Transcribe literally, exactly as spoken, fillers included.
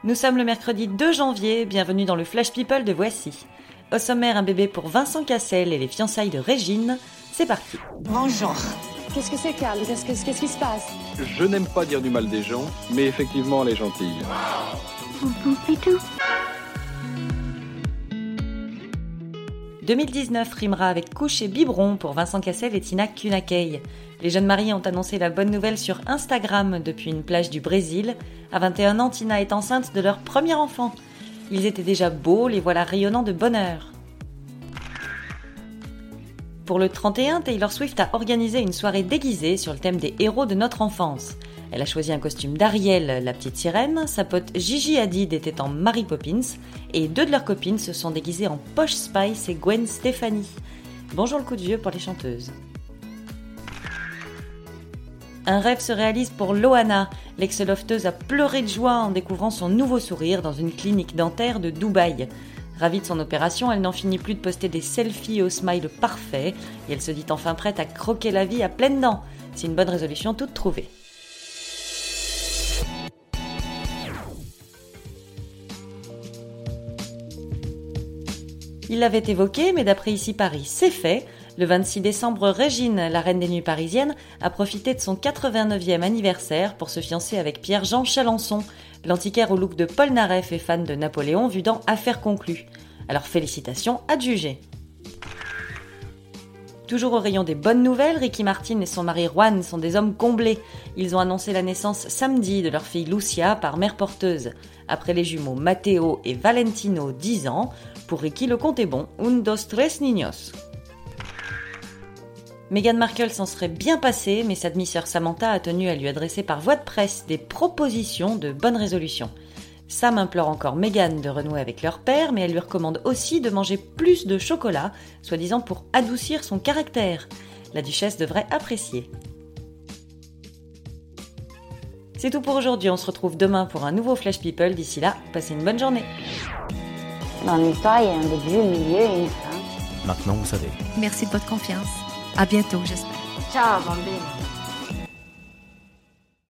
Nous sommes le mercredi deux janvier, bienvenue dans le Flash People de Voici. Au sommaire, un bébé pour Vincent Cassel et les fiançailles de Régine. C'est parti. Bonjour. Qu'est-ce que c'est, Carl ? Qu'est-ce, que, qu'est-ce qui se passe ? Je n'aime pas dire du mal des gens, mais effectivement, elle est gentille. deux mille dix-neuf rimera avec couche et biberon pour Vincent Cassel et Tina Kunakey. Les jeunes mariés ont annoncé la bonne nouvelle sur Instagram depuis une plage du Brésil. À vingt et un ans, Tina est enceinte de leur premier enfant. Ils étaient déjà beaux, les voilà rayonnants de bonheur. Pour le trente et un, Taylor Swift a organisé une soirée déguisée sur le thème des héros de notre enfance. Elle a choisi un costume d'Ariel, la petite sirène, sa pote Gigi Hadid était en Mary Poppins, et deux de leurs copines se sont déguisées en Posh Spice et Gwen Stefani. Bonjour le coup de vieux pour les chanteuses. Un rêve se réalise pour Loana. L'ex-lofteuse a pleuré de joie en découvrant son nouveau sourire dans une clinique dentaire de Dubaï. Ravie de son opération, elle n'en finit plus de poster des selfies au smile parfait et elle se dit enfin prête à croquer la vie à pleines dents. C'est une bonne résolution toute trouvée. Il l'avait évoqué, mais d'après Ici Paris, c'est fait. Le vingt-six décembre, Régine, la reine des nuits parisiennes, a profité de son quatre-vingt-neuvième anniversaire pour se fiancer avec Pierre-Jean Chalençon. L'antiquaire au look de Paul Naref et fan de Napoléon vu dans Affaire conclue. Alors félicitations, à juger. Toujours au rayon des bonnes nouvelles, Ricky Martin et son mari Juan sont des hommes comblés. Ils ont annoncé la naissance samedi de leur fille Lucia par mère porteuse. Après les jumeaux Matteo et Valentino, dix ans, pour Ricky le compte est bon, un, dos, tres niños. Meghan Markle s'en serait bien passée, mais sa demi-sœur Samantha a tenu à lui adresser par voie de presse des propositions de bonne résolution. Sam implore encore Meghan de renouer avec leur père, mais elle lui recommande aussi de manger plus de chocolat, soi-disant pour adoucir son caractère. La duchesse devrait apprécier. C'est tout pour aujourd'hui, on se retrouve demain pour un nouveau Flash People. D'ici là, passez une bonne journée. Dans l'histoire, il y a un début, un milieu et une fin. Maintenant, vous savez. Merci de votre confiance. À bientôt, j'espère. Ciao, bambine.